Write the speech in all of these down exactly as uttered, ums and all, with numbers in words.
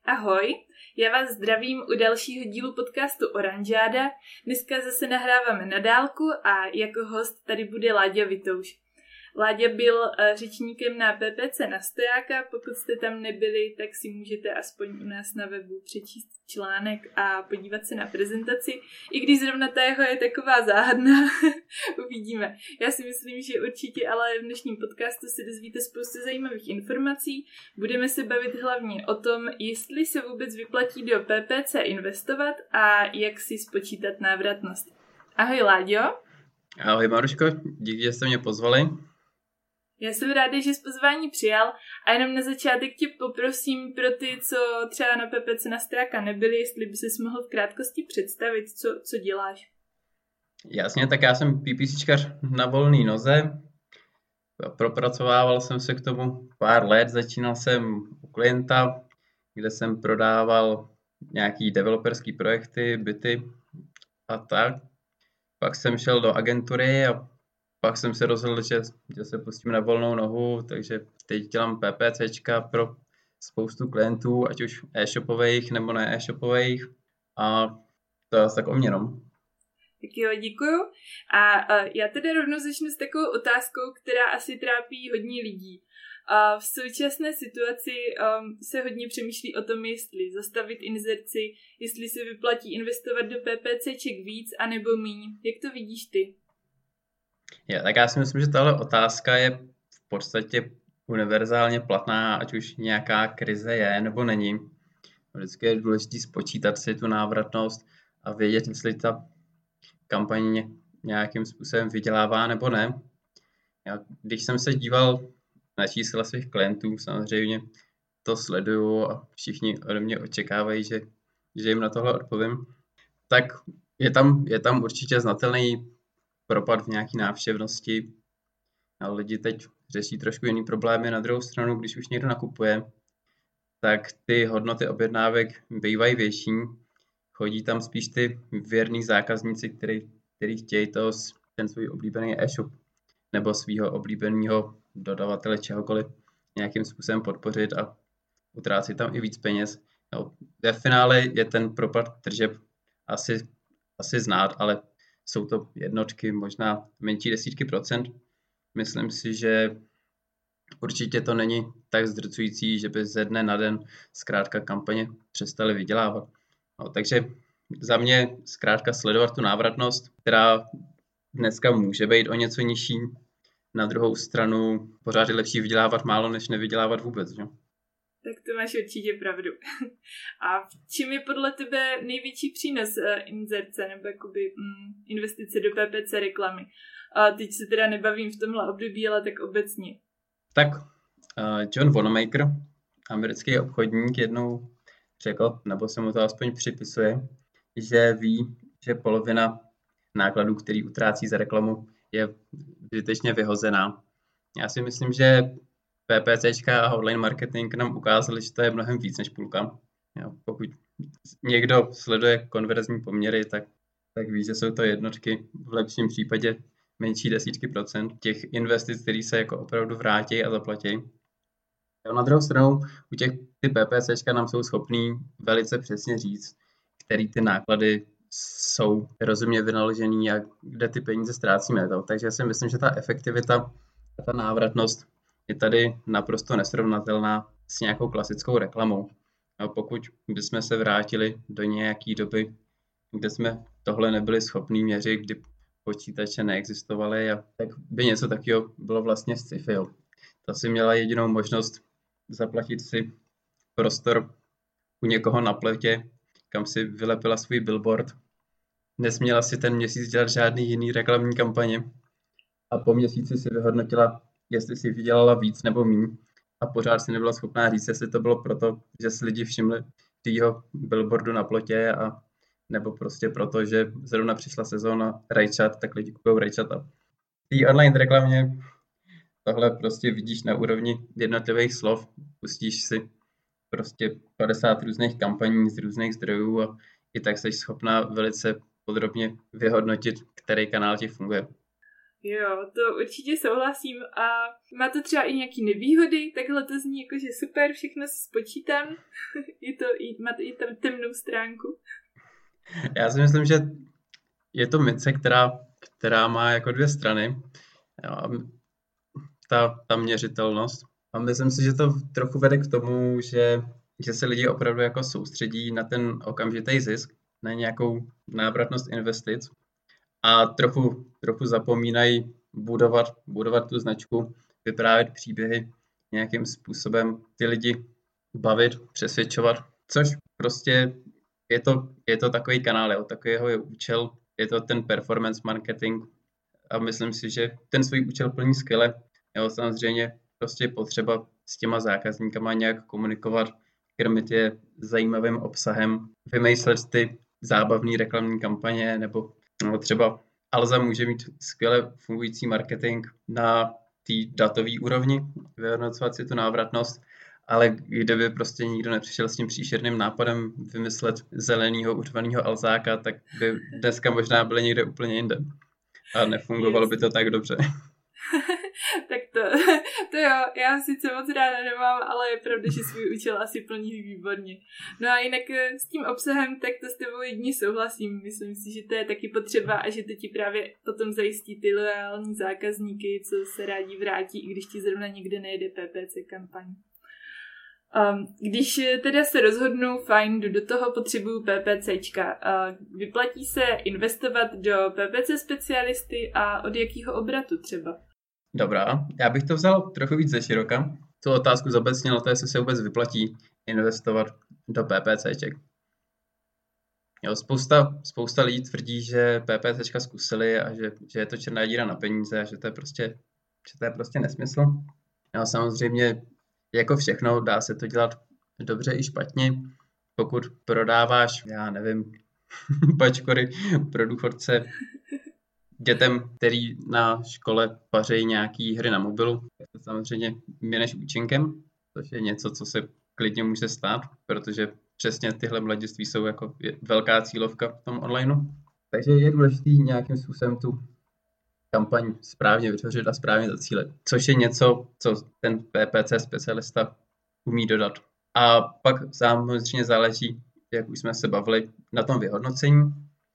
Ahoj, já vás zdravím u dalšího dílu podcastu Oranžáda. Dneska zase nahráváme na dálku a jako host tady bude Láďa Vitouš. Láďa byl řečníkem na P P C na Stojáka, pokud jste tam nebyli, tak si můžete aspoň u nás na webu přečíst článek a podívat se na prezentaci. I když zrovna ta jeho je taková záhadná, uvidíme. Já si myslím, že určitě ale v dnešním podcastu se dozvíte spoustu zajímavých informací. Budeme se bavit hlavně o tom, jestli se vůbec vyplatí do P P C investovat a jak si spočítat návratnost. Ahoj Láďo. Ahoj Maruško, díky, že jste mě pozvali. Já jsem ráda, že jsi pozvání přijal a jenom na začátek tě poprosím pro ty, co třeba na P P C na Stojáka nebyli, jestli by ses mohl v krátkosti představit, co, co děláš. Jasně, tak já jsem PPCčkař na volné noze. Propracovával jsem se k tomu pár let, začínal jsem u klienta, kde jsem prodával nějaký developerský projekty, byty a tak. Pak jsem šel do agentury a pak jsem se rozhodl, že, že se pustím na volnou nohu, takže teď dělám PPCčka pro spoustu klientů, ať už e-shopových nebo ne e-shopových. A to je tak o mě, no. Tak jo, děkuju. A, a já teda rovnou začnu s takovou otázkou, která asi trápí hodně lidí. A v současné situaci um, se hodně přemýšlí o tom, jestli zastavit inzerci, jestli se vyplatí investovat do PPCček víc, anebo míň. Jak to vidíš ty? Ja, tak já si myslím, že tahle otázka je v podstatě univerzálně platná, ať už nějaká krize je nebo není. Vždycky je důležité spočítat si tu návratnost a vědět, jestli ta kampaň nějakým způsobem vydělává nebo ne. Já, když jsem se díval na čísla svých klientů, samozřejmě to sleduju a všichni ode mě očekávají, že, že jim na tohle odpovím, tak je tam, je tam určitě znatelný propad v nějaké návštěvnosti. A lidi teď řeší trošku jiný problémy. Na druhou stranu, když už někdo nakupuje, tak ty hodnoty objednávek bývají větší. Chodí tam spíš ty věrní zákazníci, který, který chtějí to, ten svůj oblíbený e-shop nebo svého oblíbeného dodavatele čehokoliv nějakým způsobem podpořit a utrácí tam i víc peněz. No, ve finále je ten propad tržeb asi, asi znát, ale jsou to jednotky, možná menší desítky procent. Myslím si, že určitě to není tak zdrcující, že by ze dne na den zkrátka kampaně přestaly vydělávat. No, takže za mě zkrátka sledovat tu návratnost, která dneska může být o něco nižší. Na druhou stranu pořád je lepší vydělávat málo, než nevydělávat vůbec. Že? Tak to máš určitě pravdu. A v čem je podle tebe největší přínos uh, inzerce nebo jakoby mm, investice do P P C reklamy? A teď se teda nebavím v tomhle období, ale tak obecně. Tak uh, John Wanamaker, americký obchodník, jednou řekl, nebo se mu to aspoň připisuje, že ví, že polovina nákladů, který utrácí za reklamu, je zbytečně vyhozená. Já si myslím, že PPCčka a online marketing nám ukázali, že to je mnohem víc než půlka. Jo, pokud někdo sleduje konverzní poměry, tak, tak ví, že jsou to jednotky, v lepším případě menší desítky procent těch investic, které se jako opravdu vrátí a zaplatí. Jo, na druhou stranu, u těch ty PPCčka nám jsou schopný velice přesně říct, který ty náklady jsou rozumně vynaložený a kde ty peníze ztrácíme. To. Takže já si myslím, že ta efektivita a ta návratnost je tady naprosto nesrovnatelná s nějakou klasickou reklamou. A pokud bychom se vrátili do nějaké doby, kde jsme tohle nebyli schopní měřit, kdy počítače neexistovaly, a tak by něco takového bylo vlastně sci-fi. Jo. Ta si měla jedinou možnost zaplatit si prostor u někoho na pletě, kam si vylepila svůj billboard. Nesměla si ten měsíc dělat žádný jiný reklamní kampaně a po měsíci si vyhodnotila, jestli si vydělala víc nebo míň a pořád si nebyla schopná říct, jestli to bylo proto, že si lidi všimli tvýho billboardu na plotě a nebo prostě proto, že zrovna přišla sezóna rajčat, tak lidi kupují rajčata. V té online reklamě tohle prostě vidíš na úrovni jednotlivých slov, pustíš si prostě padesát různých kampaní z různých zdrojů a i tak jsi schopná velice podrobně vyhodnotit, který kanál ti funguje. Jo, to určitě souhlasím a má to třeba i nějaký nevýhody, takhle to zní jako, že super, všechno si spočítám, je to, má to i tam temnou stránku. Já si myslím, že je to mince, která, která má jako dvě strany. Ta, ta měřitelnost. A myslím si, že to trochu vede k tomu, že, že se lidi opravdu jako soustředí na ten okamžitý zisk, na nějakou návratnost investic a trochu, trochu zapomínají budovat, budovat tu značku, vyprávět příběhy, nějakým způsobem ty lidi bavit, přesvědčovat, což prostě je to, je to takový kanál, jo, takový jeho účel, je to ten performance marketing a myslím si, že ten svůj účel plní skvěle. Jo, samozřejmě prostě potřeba s těma zákazníkama nějak komunikovat, krmit je zajímavým obsahem, vymyslet ty zábavné reklamní kampaně, nebo no, třeba Alza může mít skvěle fungující marketing na té datové úrovni, vyhodnocovat si tu návratnost, ale kdyby prostě nikdo nepřišel s tím příšerným nápadem vymyslet zelenýho urvaného Alzáka, tak by dneska možná byly někde úplně jinde. A nefungovalo by to tak dobře. Tak to, to jo, já sice moc ráda nemám, ale je pravda, že svůj účel asi plní výborně. No a jinak s tím obsahem, tak to s tebou jedině souhlasím. Myslím si, že to je taky potřeba a že to ti právě potom zajistí ty loajální zákazníky, co se rádi vrátí, i když ti zrovna někde nejde P P C kampaň. Um, když teda se rozhodnu, fajn, jdu do toho, potřebuju PPCčka. Uh, vyplatí se investovat do P P C specialisty a od jakého obratu třeba? Dobrá, já bych to vzal trochu víc ze široka. Tu otázku zobecnil to, jestli se vůbec vyplatí investovat do PPCček. Jo, spousta, spousta lidí tvrdí, že PPCčka zkusili a že, že je to černá díra na peníze a že to je prostě, že to je prostě nesmysl. No, samozřejmě jako všechno, dá se to dělat dobře i špatně. Pokud prodáváš, já nevím, pačkory pro důchodce dětem, který na škole pařejí nějaký hry na mobilu, tak to samozřejmě měneš účinkem, což je něco, co se klidně může stát, protože přesně tyhle mladiství jsou jako velká cílovka v tom onlineu. Takže je důležité nějakým způsobem tu kampaň správně vytvořit a správně zacílit, což je něco, co ten P P C specialista umí dodat. A pak samozřejmě záleží, jak už jsme se bavili, na tom vyhodnocení,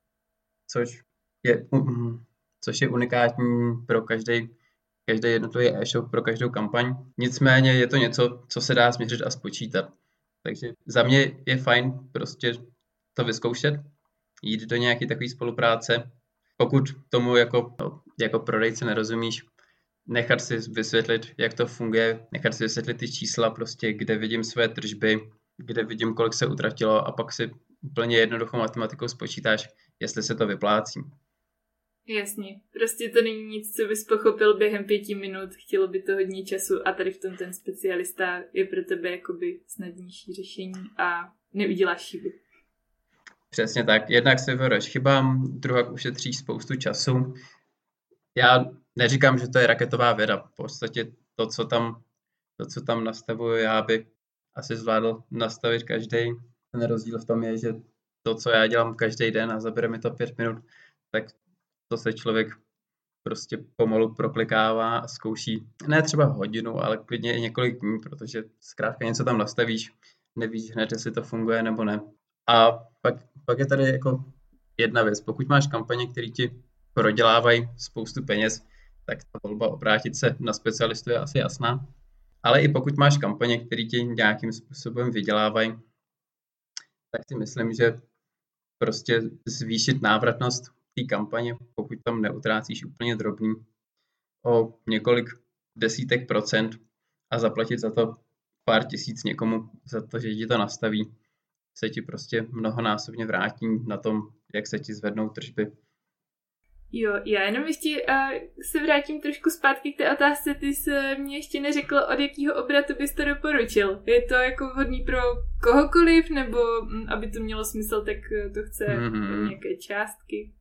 což je, což je unikátní pro každý, každý jednotlivý e-shop, pro každou kampaň. Nicméně je to něco, co se dá změřit a spočítat. Takže za mě je fajn prostě to vyzkoušet, jít do nějaké takové spolupráce. Pokud tomu jako, no, jako prodejce nerozumíš, nechat si vysvětlit, jak to funguje, nechat si vysvětlit ty čísla, prostě, kde vidím své tržby, kde vidím, kolik se utratilo a pak si úplně jednoduchou matematikou spočítáš, jestli se to vyplácí. Jasně, prostě to není nic, co bys pochopil během pěti minut, chtělo by to hodně času a tady v tom ten specialista je pro tebe jakoby snadnější řešení a neuděláš chyby. Přesně tak. Jednak se vyvaruješ chybám, druhá ušetříš spoustu času. Já neříkám, že to je raketová věda. V podstatě to, co tam, to, co tam nastavuju, já by asi zvládl nastavit každý. Ten rozdíl v tom je, že to, co já dělám každý den a zabere mi to pět minut, tak to se člověk prostě pomalu proklikává a zkouší ne třeba hodinu, ale klidně i několik dní, protože zkrátka něco tam nastavíš, nevíš hned, jestli to funguje nebo ne. A pak, pak je tady jako jedna věc. Pokud máš kampaně, které ti prodělávají spoustu peněz, tak ta volba obrátit se na specialistu je asi jasná. Ale i pokud máš kampaně, které ti nějakým způsobem vydělávají, tak si myslím, že prostě zvýšit návratnost té kampaně, pokud tam neutrácíš úplně drobný, o několik desítek procent a zaplatit za to pár tisíc někomu, za to, že ti to nastaví, se ti prostě mnohonásobně vrátí na tom, jak se ti zvednou tržby. Jo, já jenom ještě uh, se vrátím trošku zpátky k té otázce. Ty jsi mě ještě neřekl, od jakého obratu bys to doporučil. Je to jako vhodný pro kohokoliv, nebo m, aby to mělo smysl, tak to chce mm-hmm. nějaké částky?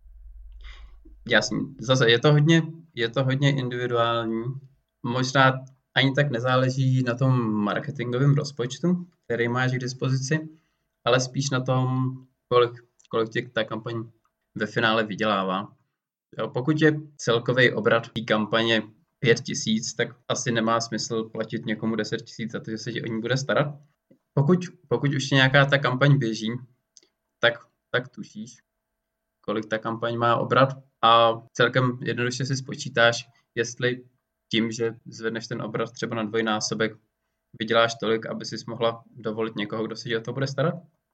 Jasně, zase je to hodně, je to hodně individuální. Možná ani tak nezáleží na tom marketingovém rozpočtu, který máš k dispozici, ale spíš na tom, kolik, kolik tě ta kampaň ve finále vydělává. Jo, pokud je celkový obrat té kampaně pět tisíc, tak asi nemá smysl platit někomu deset tisíc za to, že se ti o ní bude starat. Pokud, pokud už nějaká ta kampaň běží, tak, tak tušíš, kolik ta kampaň má obrat a celkem jednoduše si spočítáš, jestli tím, že zvedneš ten obrat třeba na dvojnásobek, vyděláš tolik, aby si mohla dovolit někoho, kdo se ti o to bude starat.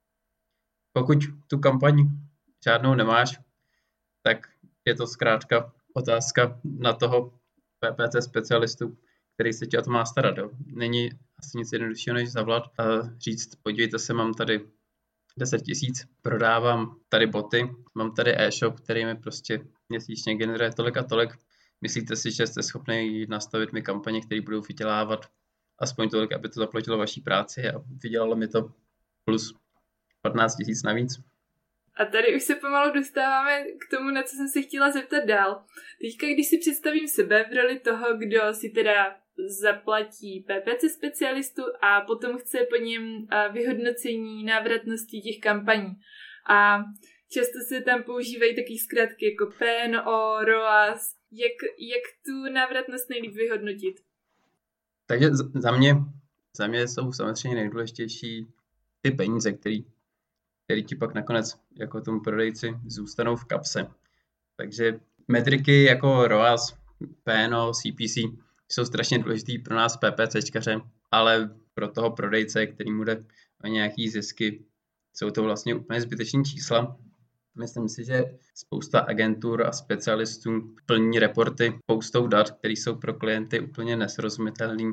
Pokud tu kampaň žádnou nemáš, tak je to zkrátka otázka na toho P P C specialistu, který se ti o to má starat. Jo. Není asi nic jednoduššího, než zavolat a říct, podívejte se, mám tady deset tisíc, prodávám tady boty, mám tady e-shop, který mi prostě měsíčně generuje tolik a tolik. Myslíte si, že jste schopni nastavit mi kampaně, které budou vydělávat aspoň tolik, aby to zaplatilo vaší práci a vydělalo mi to plus patnáct tisíc navíc? A tady už se pomalu dostáváme k tomu, na co jsem se chtěla zeptat dál. Teďka, když si představím sebe v roli toho, kdo si teda zaplatí P P C specialistu a potom chce po něm vyhodnocení návratnosti těch kampaní. A často se tam používají taky zkrátky jako P N O, R O A S. Jak, jak tu návratnost nejlíp vyhodnotit? Takže za mě, za mě jsou samozřejmě nejdůležitější ty peníze, který který ti pak nakonec jako tomu prodejci zůstanou v kapse. Takže metriky jako R O A S, P N O, C P C jsou strašně důležitý pro nás PPCčkaře, ale pro toho prodejce, který mu jde o nějaký zisky, jsou to vlastně úplně zbyteční čísla. Myslím si, že spousta agentur a specialistů plní reporty spoustou dat, které jsou pro klienty úplně nesrozumitelné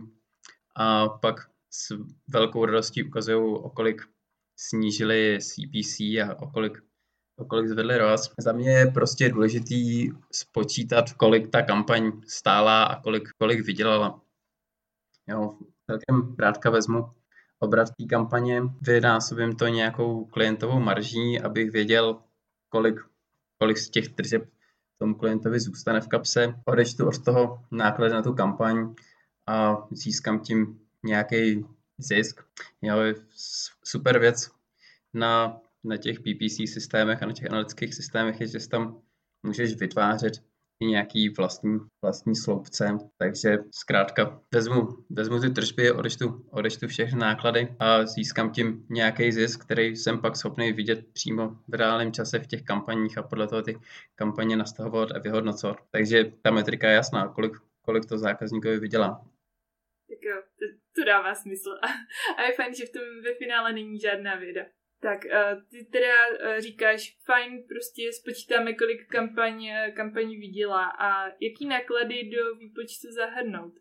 a pak s velkou radostí ukazují, o kolik snížili C P C a o kolik, o kolik zvedli R O A S. Za mě je prostě důležitý spočítat, kolik ta kampaň stála a kolik, kolik vydělala. Jo, celkem krátka vezmu obrat té kampaně, vynásobím to nějakou klientovou marží, abych věděl, kolik, kolik z těch tržeb tomu klientovi zůstane v kapse. Odečtu od toho náklady na tu kampaň a získám tím nějaký zisk. Jo, je super věc na, na těch P P C systémech a na těch analytických systémech je, že si tam můžeš vytvářet i nějaký vlastní, vlastní sloupce. Takže zkrátka vezmu, vezmu ty tržby, odečtu, odečtu všechny náklady a získám tím nějaký zisk, který jsem pak schopný vidět přímo v reálném čase v těch kampaních a podle toho ty kampaně nastavovat a vyhodnocovat. Takže ta metrika je jasná, kolik, kolik to zákazníkovi vydělá. Tak jo, to, to dává smysl. A je fajn, že v tom ve finále není žádná věda. Tak ty teda říkáš, fajn, prostě spočítáme, kolik kampaň, kampaní vydělá a jaký náklady do výpočtu zahrnout?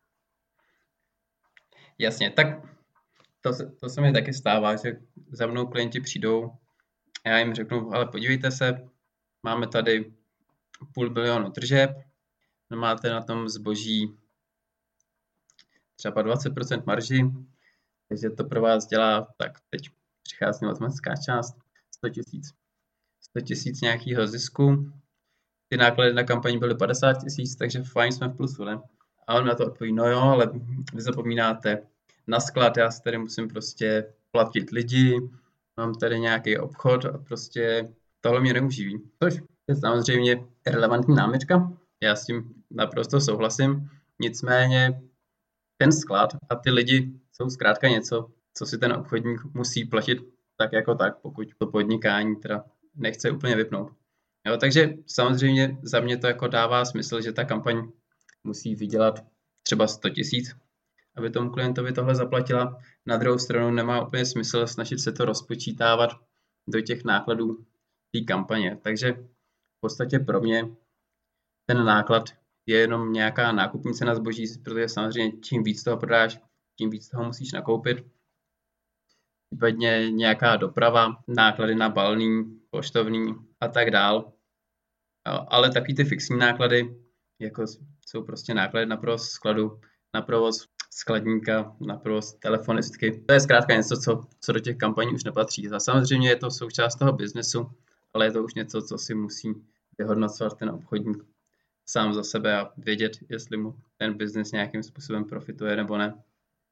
Jasně, tak to se, to se mi taky stává, že za mnou klienti přijdou a já jim řeknu, ale podívejte se, máme tady půl bilionu tržeb, máte na tom zboží třeba dvacet procent marži, takže to pro vás dělá, tak teď přichází matematická část, sto tisíc. sto tisíc nějakého zisku, ty náklady na kampaň byly padesát tisíc, takže fajn, jsme v plusu, ne? A on na to odpoví, no jo, ale vy zapomínáte na sklad, já si tady musím prostě platit lidi, mám tady nějaký obchod a prostě tohle mě neuživí. Což je samozřejmě relevantní námitka, já s tím naprosto souhlasím, nicméně ten sklad a ty lidi jsou zkrátka něco, co si ten obchodník musí platit tak jako tak, pokud to podnikání teda nechce úplně vypnout. Jo, takže samozřejmě za mě to jako dává smysl, že ta kampaň musí vydělat třeba sto tisíc, aby tomu klientovi tohle zaplatila. Na druhou stranu nemá úplně smysl snažit se to rozpočítávat do těch nákladů té kampaně. Takže v podstatě pro mě ten náklad je jenom nějaká nákupní cena zboží, protože samozřejmě čím víc toho prodáš, tím víc toho musíš nakoupit. Případně nějaká doprava, náklady na balení, poštovní a tak dál. Ale taky ty fixní náklady, jako jsou prostě náklady na provoz skladu, na provoz skladníka, na provoz telefonistky. To je zkrátka něco, co, co do těch kampaní už nepatří. A samozřejmě je to součást toho biznesu, ale je to už něco, co si musí vyhodnocovat ten obchodník sám za sebe a vědět, jestli mu ten biznes nějakým způsobem profituje nebo ne.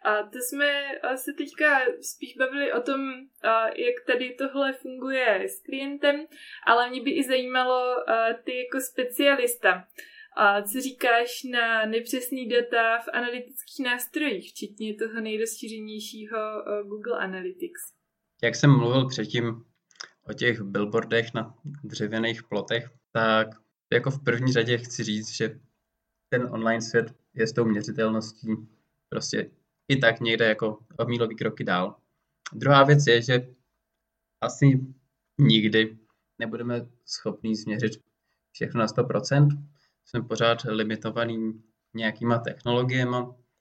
A to jsme se teďka spíš bavili o tom, jak tady tohle funguje s klientem, ale mě by i zajímalo ty jako specialista. A co říkáš na nepřesný data v analytických nástrojích, včetně toho nejrozšířenějšího Google Analytics? Jak jsem mluvil předtím o těch billboardech na dřevěných plotech, tak jako v první řadě chci říct, že ten online svět je s tou měřitelností prostě i tak někde jako o mílový kroky dál. Druhá věc je, že asi nikdy nebudeme schopni změřit všechno na sto procent. Jsme pořád limitovaný nějakýma technologiemi,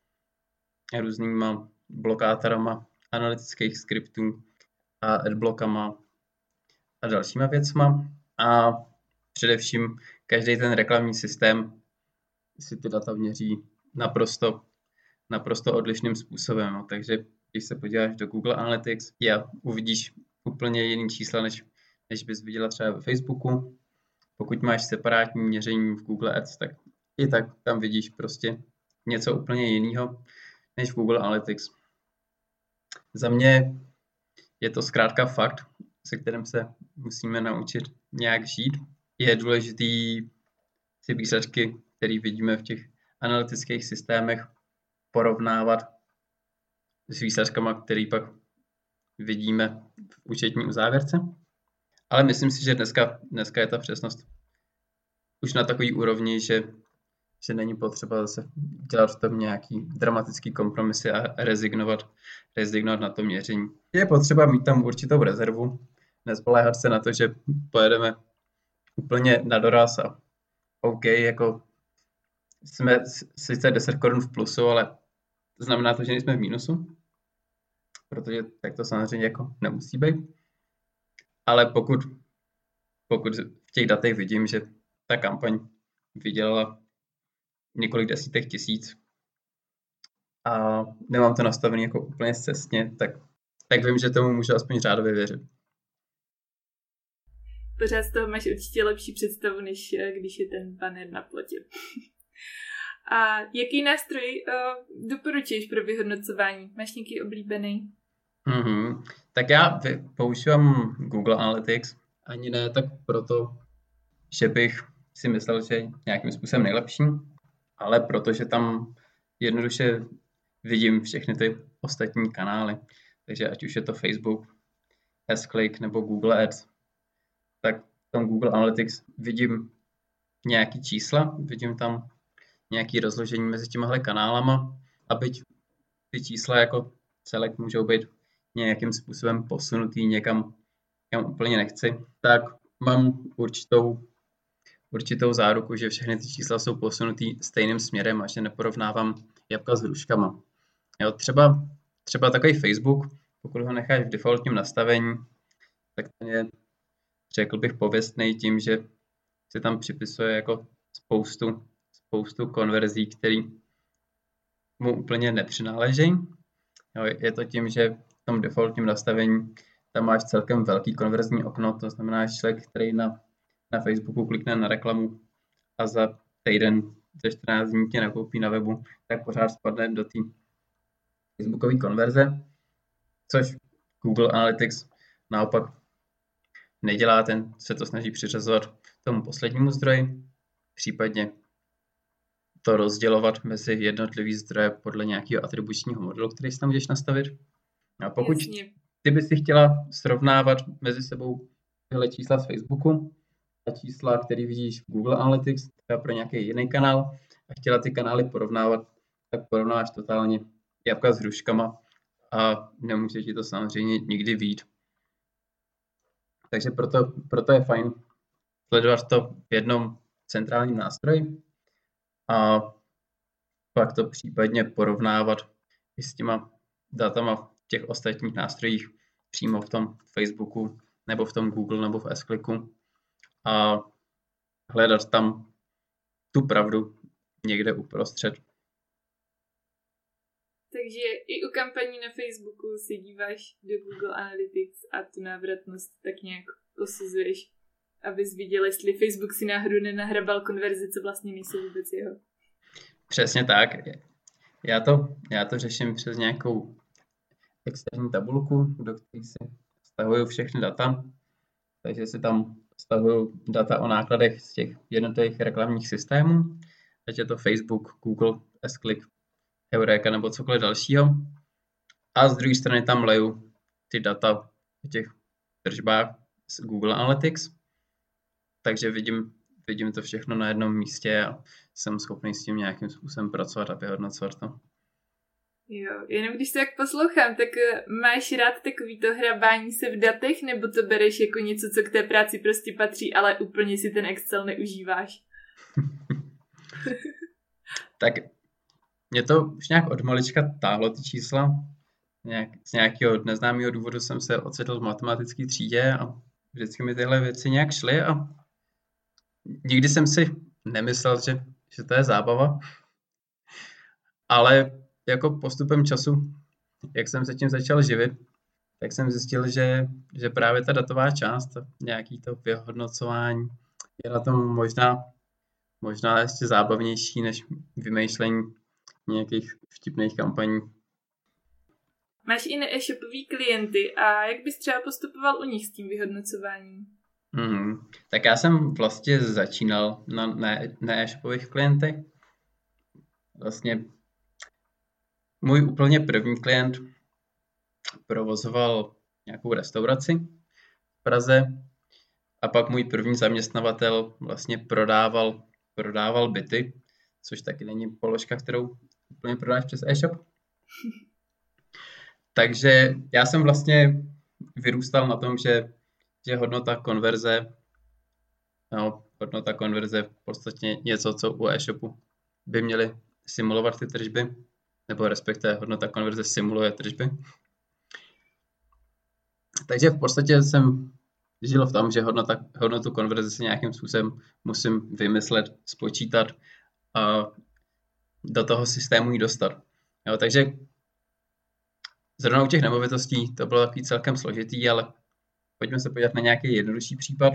různýma blokátorama analytických skriptů a adblockama a dalšíma věcma. A především každý ten reklamní systém si ty data měří naprosto, naprosto odlišným způsobem. No. Takže když se podíváš do Google Analytics, já uvidíš úplně jiný čísla, než, než bys viděla třeba ve Facebooku. Pokud máš separátní měření v Google Ads, tak i tak tam vidíš prostě něco úplně jiného než v Google Analytics. Za mě je to zkrátka fakt, se kterým se musíme naučit nějak žít. Je důležitý si výsledky, které vidíme v těch analytických systémech, porovnávat s výsledkama, které pak vidíme v účetní uzávěrce. Ale myslím si, že dneska, dneska je ta přesnost už na takový úrovni, že, že není potřeba zase dělat v tom nějaký dramatický kompromisy a rezignovat, rezignovat na to měření. Je potřeba mít tam určitou rezervu, nespoléhat se na to, že pojedeme úplně na doraz a OK, jako jsme sice deset korun v plusu, ale znamená to, že nejsme v mínusu, protože tak to samozřejmě jako nemusí být. Ale pokud, pokud v těch datech vidím, že ta kampaň vydělala několik desítek tisíc a nemám to nastavené jako úplně scestně, tak, tak vím, že tomu můžu aspoň řádově věřit. Pořád z toho máš určitě lepší představu, než když je ten banner na plotě. A jaký nástroj uh, doporučuješ pro vyhodnocování? Máš nějaký oblíbený? Mm-hmm. Tak já používám Google Analytics, ani ne tak proto, že bych si myslel, že je nějakým způsobem nejlepší, ale protože tam jednoduše vidím všechny ty ostatní kanály. Takže ať už je to Facebook, S-Click nebo Google Ads, tak v tom Google Analytics vidím nějaký čísla, vidím tam nějaké rozložení mezi těmahle kanálama a byť ty čísla jako celek můžou být nějakým způsobem posunutý někam, kam úplně nechci, tak mám určitou, určitou záruku, že všechny ty čísla jsou posunutý stejným směrem a že neporovnávám jabka s hruškama. Jo, třeba, třeba takový Facebook, pokud ho necháš v defaultním nastavení, tak ten je, řekl bych, pověstný tím, že se tam připisuje jako spoustu, spoustu konverzí, které mu úplně nepřináleží. Jo, je to tím, že v tom defaultním nastavení tam máš celkem velký konverzní okno, to znamená, že člověk, který na, na Facebooku klikne na reklamu a za týden, za čtrnáct dní tě nakoupí na webu, tak pořád spadne do té Facebookové konverze, což Google Analytics naopak nedělá, ten se to snaží přiřazovat tomu poslednímu zdroji, případně to rozdělovat mezi jednotlivý zdroje podle nějakého atribučního modelu, který si tam můžeš nastavit. A pokud Jasně. ty bys si chtěla srovnávat mezi sebou tyhle čísla z Facebooku a čísla, které vidíš v Google Analytics, třeba pro nějaký jiný kanál, a chtěla ty kanály porovnávat, tak porovnáš totálně jabka s hruškama a nemůže ti to samozřejmě nikdy vyjít. Takže proto, proto je fajn sledovat to v jednom centrálním nástroji a pak to případně porovnávat i s těma datama v těch ostatních nástrojích přímo v tom Facebooku nebo v tom Google nebo v S-Clicku a hledat tam tu pravdu někde uprostřed. Takže i u kampaní na Facebooku si díváš do Google Analytics a tu návratnost tak nějak posuzuješ, abys viděl, jestli Facebook si náhodou nenahrabal konverzi, co vlastně nejsou vůbec jeho. Přesně tak. Já to, já to řeším přes nějakou externí tabulku, do které si stahuju všechny data, takže si tam stahuju data o nákladech z těch jednotlivých reklamních systémů, ať je to Facebook, Google, S-Click, Eureka nebo cokoliv dalšího. A z druhé strany tam leju ty data o těch tržbách z Google Analytics, takže vidím, vidím to všechno na jednom místě a jsem schopný s tím nějakým způsobem pracovat a vyhodnocovat to. Jo, jenom když to tak poslouchám, tak máš rád takovýto hrabání se v datech, nebo to bereš jako něco, co k té práci prostě patří, ale úplně si ten Excel neužíváš? Tak mě to už nějak od malička táhlo ty čísla. Nějak, z nějakého neznámého důvodu jsem se ocitl v matematické třídě a vždycky mi tyhle věci nějak šly a nikdy jsem si nemyslel, že, že to je zábava, ale jako postupem času, jak jsem se tím začal živit, tak jsem zjistil, že, že právě ta datová část, nějaký to vyhodnocování je na tom možná, možná ještě zábavnější než vymýšlení nějakých vtipných kampaní. Máš i ne-e-shopový klienty a jak bys třeba postupoval u nich s tím vyhodnocováním? Mm, tak já jsem vlastně začínal na ne-e-shopových klientech. Vlastně můj úplně první klient provozoval nějakou restauraci v Praze a pak můj první zaměstnavatel vlastně prodával, prodával byty, což taky není položka, kterou úplně prodáš přes e-shop. Takže já jsem vlastně vyrůstal na tom, že, že hodnota konverze, no, hodnota konverze v podstatě něco, co u e-shopu by měly simulovat ty tržby, nebo respektive hodnota konverze simuluje tržby. Takže v podstatě jsem žil v tom, že hodnota, hodnotu konverze si nějakým způsobem musím vymyslet, spočítat a do toho systému ji dostat. Jo, takže zrovna u těch nemovitostí to bylo takový celkem složitý, ale pojďme se podívat na nějaký jednodušší případ.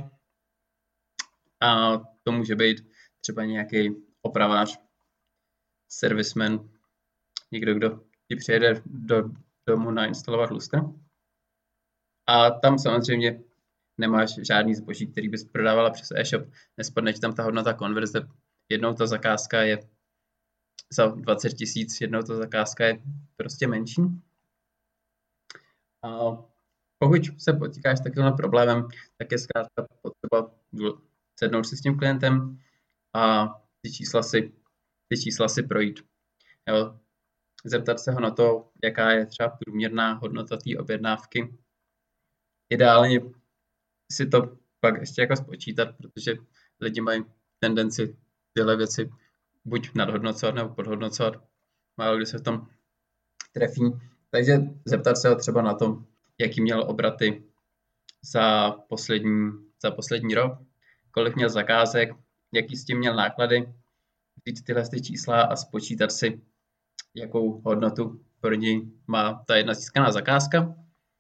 A to může být třeba nějaký opravář, servisman, někdo, kdo ti přijede do domu nainstalovat lustr. A tam samozřejmě nemáš žádný zboží, který bys prodávala přes e-shop, nespadne ti tam ta hodnota konverze. Jednou ta zakázka je za dvacet tisíc, jednou ta zakázka je prostě menší. A pokud se potýkáš s takovým problémem, tak je zkrátka potřeba sednout si s tím klientem a ty čísla si, ty čísla si projít. Jo. Zeptat se ho na to, jaká je třeba průměrná hodnota té objednávky. Ideálně si to pak ještě jako spočítat, protože lidi mají tendenci tyhle věci buď nadhodnocovat nebo podhodnocovat. Málo kdy se v tom trefí. Takže zeptat se ho třeba na to, jaký měl obraty za poslední, za poslední rok, kolik měl zakázek, jaký s tím měl náklady, vzít tyhle ty čísla a spočítat si, jakou hodnotu pro něj má ta jedna získaná zakázka.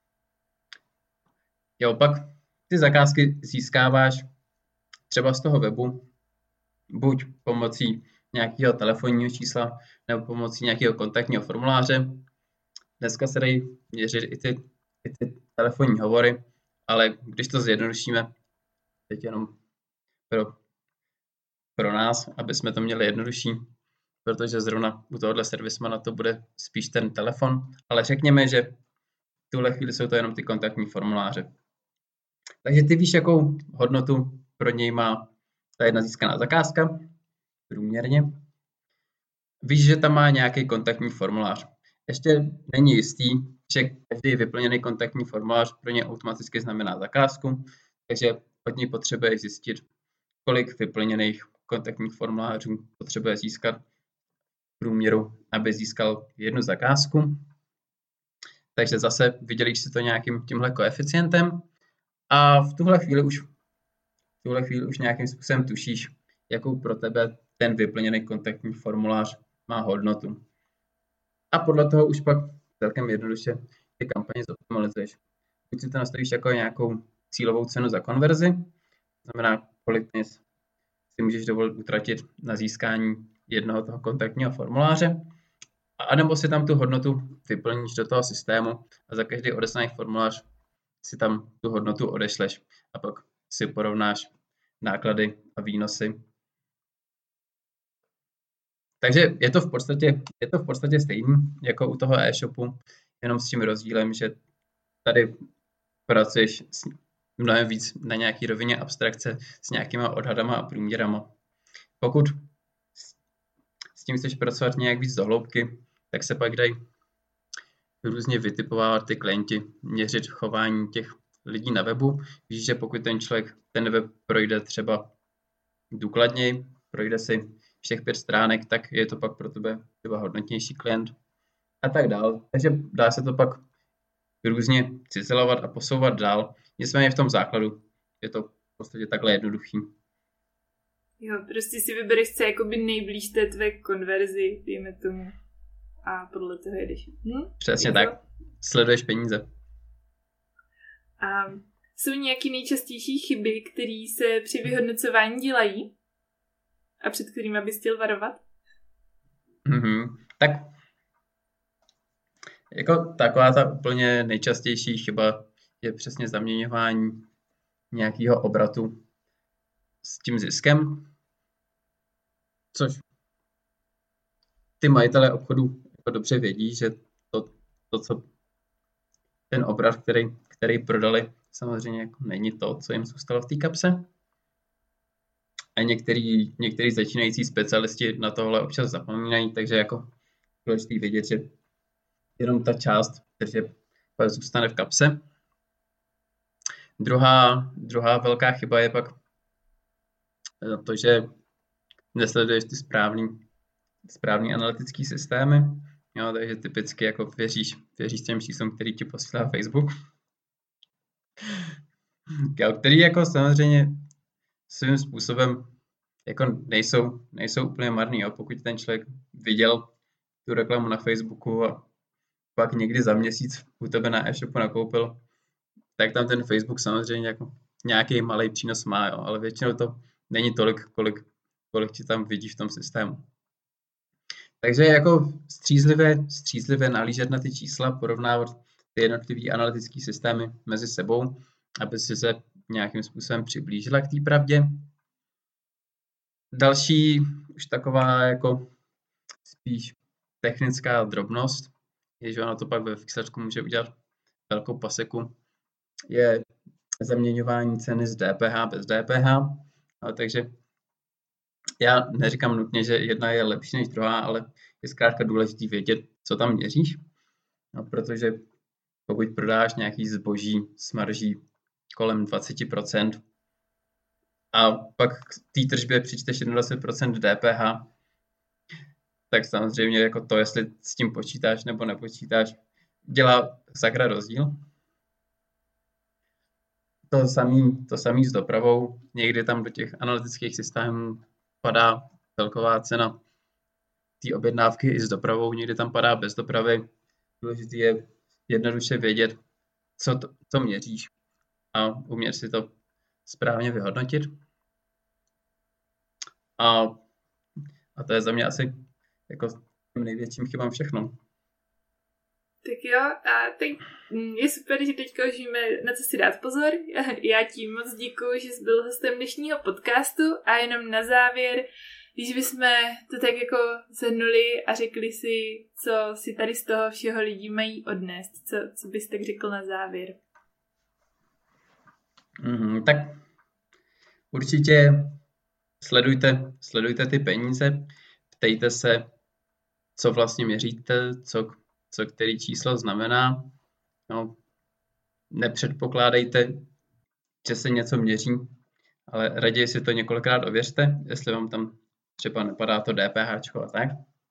Jo, pak ty zakázky získáváš třeba z toho webu, buď pomocí nějakého telefonního čísla nebo pomocí nějakého kontaktního formuláře. Dneska se dají měřit i ty, i ty telefonní hovory, ale když to zjednodušíme, teď jenom pro, pro nás, aby jsme to měli jednodušší, protože zrovna u tohohle servismana to bude spíš ten telefon, ale řekněme, že v tuhle chvíli jsou to jenom ty kontaktní formuláře. Takže ty víš, jakou hodnotu pro něj má ta jedna získaná zakázka, průměrně. Víš, že tam má nějaký kontaktní formulář. Ještě není jistý, že každý vyplněný kontaktní formulář pro ně automaticky znamená zakázku, takže od něj potřebuje zjistit, kolik vyplněných kontaktních formulářů potřebuje získat v průměru, aby získal jednu zakázku. Takže zase vydělíš si to nějakým tímhle koeficientem a v tuhle chvíli už, v tuhle chvíli už nějakým způsobem tušíš, jakou pro tebe ten vyplněný kontaktní formulář má hodnotu. A podle toho už pak celkem jednoduše ty kampaně zoptimalizuješ. Pokud si to nastavíš jako nějakou cílovou cenu za konverzi, to znamená, kolik peněz si můžeš dovolit utratit na získání jednoho toho kontaktního formuláře, A nebo si tam tu hodnotu vyplníš do toho systému a za každý odeslaný formulář si tam tu hodnotu odešleš a pak si porovnáš náklady a výnosy. Takže je to v podstatě, je to v podstatě stejný jako u toho e-shopu, jenom s tím rozdílem, že tady pracuješ s mnohem víc na nějaký rovině abstrakce s nějakýma odhadama a průměrama. Pokud s tím chceš pracovat nějak víc do hloubky, tak se pak dají různě vytipovávat ty klienti, měřit chování těch lidí na webu. Víš, že pokud ten člověk ten web projde třeba důkladněji, projde si všech pět stránek, tak je to pak pro tebe třeba hodnotnější klient a tak dál. Takže dá se to pak různě cizelovat a posouvat dál. Nicméně v tom základu je to v podstatě takhle jednoduchý. Jo, prostě si vybereš, co je jakoby nejblíž té tvé konverzi, dejme tomu, a podle toho jedeš. Hm? Přesně tak. Sleduješ peníze. A jsou nějaké nejčastější chyby, které se při vyhodnocování dělají a před kterými bys chtěl varovat? Mm-hmm. Tak jako taková ta úplně nejčastější chyba je přesně zaměňování nějakého obratu s tím ziskem, což ty majitelé obchodu jako dobře vědí, že to, to co ten obrat, který, který prodali, samozřejmě jako není to, co jim zůstalo v té kapse. A některý, některý začínající specialisti na tohle občas zapomínají, takže jako důležitý vědět, že jenom ta část tržeb zůstane v kapse. Druhá, druhá velká chyba je pak to, že nesleduješ ty správný, správný analytický systémy. Jo, takže typicky jako věříš, věříš těm číslům, který ti posílá Facebook. Jo, který jako samozřejmě svým způsobem jako nejsou, nejsou úplně marný. Jo. Pokud ten člověk viděl tu reklamu na Facebooku a pak někdy za měsíc u tebe na e-shopu nakoupil, tak tam ten Facebook samozřejmě jako nějaký malý přínos má, jo, ale většinou to není tolik, kolik, kolik ti tam vidí v tom systému. Takže jako střízlivě, střízlivě nalížet na ty čísla, porovnávat ty jednotlivé analytické systémy mezi sebou, aby si se nějakým způsobem přiblížila k té pravdě. Další, už taková jako spíš technická drobnost, je, že ono to pak ve fixačku může udělat velkou paseku, je zaměňování ceny z D P H bez D P H. No, takže já neříkám nutně, že jedna je lepší než druhá, ale je zkrátka důležité vědět, co tam měříš, no, protože pokud prodáš nějaký zboží s marží kolem dvacet procent a pak k té tržbě přičteš dvacet procent D P H, tak samozřejmě jako to, jestli s tím počítáš nebo nepočítáš, dělá sakra rozdíl. To samý, to samý s dopravou. Někdy tam do těch analytických systémů padá celková cena té objednávky i s dopravou, někdy tam padá bez dopravy. Důležité je jednoduše vědět, co, to, co měříš a umět si to správně vyhodnotit. A, a to je za mě asi jako tím největším chybám všechno. Tak jo, a teď je super, že teďka už víme, na co si dát pozor. Já ti moc děkuji, že jsi byl hostem dnešního podcastu a jenom na závěr, když bychom to tak jako shrnuli a řekli si, co si tady z toho všeho lidi mají odnést, co, co bys tak řekl na závěr. Mm, tak určitě sledujte, sledujte ty peníze, ptejte se, co vlastně měříte, co co který číslo znamená. No, nepředpokládejte, že se něco měří, ale raději si to několikrát ověřte, jestli vám tam třeba nepadá to D P H a tak.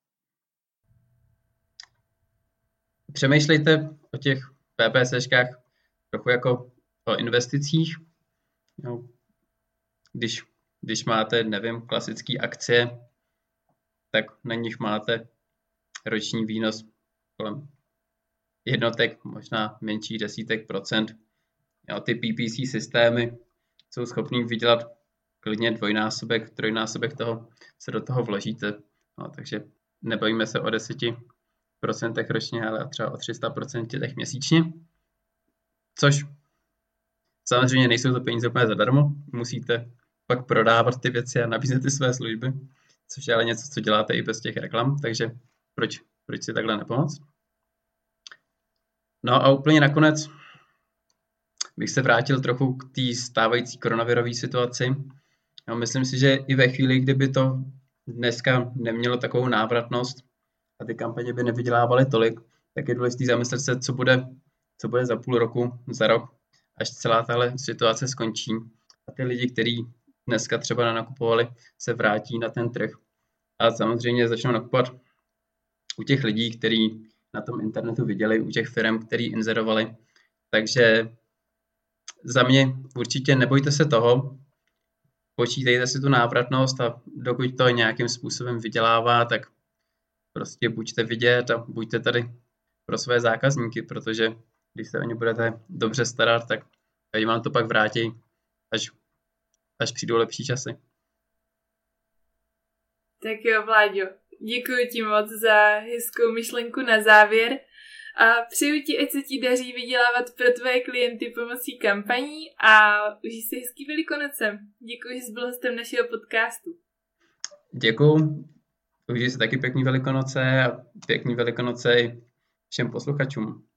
Přemýšlejte o těch PPCčkách trochu jako o investicích. No, když, když máte, nevím, klasické akcie, tak na nich máte roční výnos kolem jednotek, možná menší desítek procent. Jo, ty P P C systémy jsou schopný vydělat klidně dvojnásobek, trojnásobek toho, co do toho vložíte. No, takže nebavíme se o deseti, procentech ročně, ale třeba o tři sta procentech měsíčně. Což samozřejmě nejsou to peníze úplně zadarmo. Musíte pak prodávat ty věci a nabízet ty své služby, což je ale něco, co děláte i bez těch reklam, takže proč, proč si takhle nepomoct? No a úplně nakonec bych se vrátil trochu k té stávající koronavirové situaci. No, myslím si, že i ve chvíli, kdyby to dneska nemělo takovou návratnost a ty kampaně by nevydělávaly tolik, tak je důležité zamyslet se, co bude, co bude za půl roku, za rok, až celá tahle situace skončí a ty lidi, kteří dneska třeba nenakupovali, se vrátí na ten trh a samozřejmě začnou nakupovat u těch lidí, kteří na tom internetu viděli, u těch firm, který inzerovali. Takže za mě určitě nebojte se toho, počítejte si tu návratnost a dokud to nějakým způsobem vydělává, tak prostě buďte vidět a buďte tady pro své zákazníky, protože když se o ně budete dobře starat, tak oni vám to pak vrátí, až, až přijdou lepší časy. Tak jo, Vláďo, děkuji ti moc za hezkou myšlenku na závěr a přeju ti, ať se ti daří vydělávat pro tvoje klienty pomocí kampaní a užij si hezký Velikonoce. Děkuji, že jsi byl hostem našeho podcastu. Děkuji, užij si taky pěkný Velikonoce a pěkný Velikonoce i všem posluchačům.